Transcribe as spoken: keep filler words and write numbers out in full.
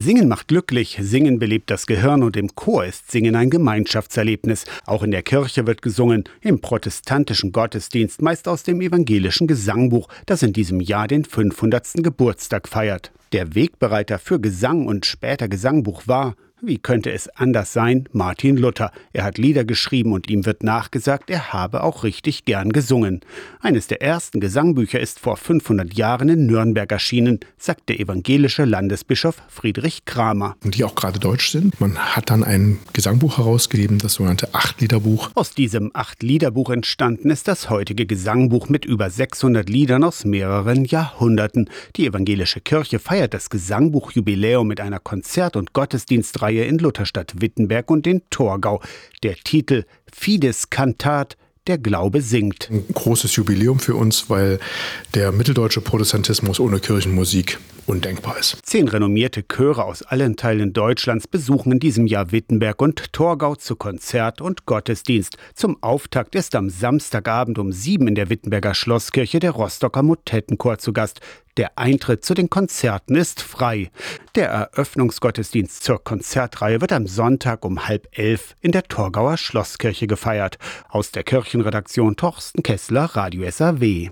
Singen macht glücklich, Singen belebt das Gehirn und im Chor ist Singen ein Gemeinschaftserlebnis. Auch in der Kirche wird gesungen, im protestantischen Gottesdienst meist aus dem evangelischen Gesangbuch, das in diesem Jahr den fünfhundertsten Geburtstag feiert. Der Wegbereiter für Gesang und später Gesangbuch war, wie könnte es anders sein, Martin Luther. Er hat Lieder geschrieben und ihm wird nachgesagt, er habe auch richtig gern gesungen. Eines der ersten Gesangbücher ist vor fünfhundert Jahren in Nürnberg erschienen, sagt der evangelische Landesbischof Friedrich Kramer. Und die auch gerade deutsch sind. Man hat dann ein Gesangbuch herausgegeben, das sogenannte Acht-Liederbuch. Aus diesem Acht-Liederbuch entstanden ist das heutige Gesangbuch mit über sechshundert Liedern aus mehreren Jahrhunderten. Die evangelische Kirche feiert das Gesangbuch-Jubiläum mit einer Konzert- und Gottesdienstreihe in Lutherstadt-Wittenberg und in Torgau. Der Titel Fides Cantat, der Glaube singt. Ein großes Jubiläum für uns, weil der mitteldeutsche Protestantismus ohne Kirchenmusik undenkbar ist. Zehn renommierte Chöre aus allen Teilen Deutschlands besuchen in diesem Jahr Wittenberg und Torgau zu Konzert und Gottesdienst. Zum Auftakt ist am Samstagabend um sieben in der Wittenberger Schlosskirche der Rostocker Motettenchor zu Gast. Der Eintritt zu den Konzerten ist frei. Der Eröffnungsgottesdienst zur Konzertreihe wird am Sonntag um halb elf in der Torgauer Schlosskirche gefeiert. Aus der Kirchenredaktion Torsten Kessler, Radio S A W.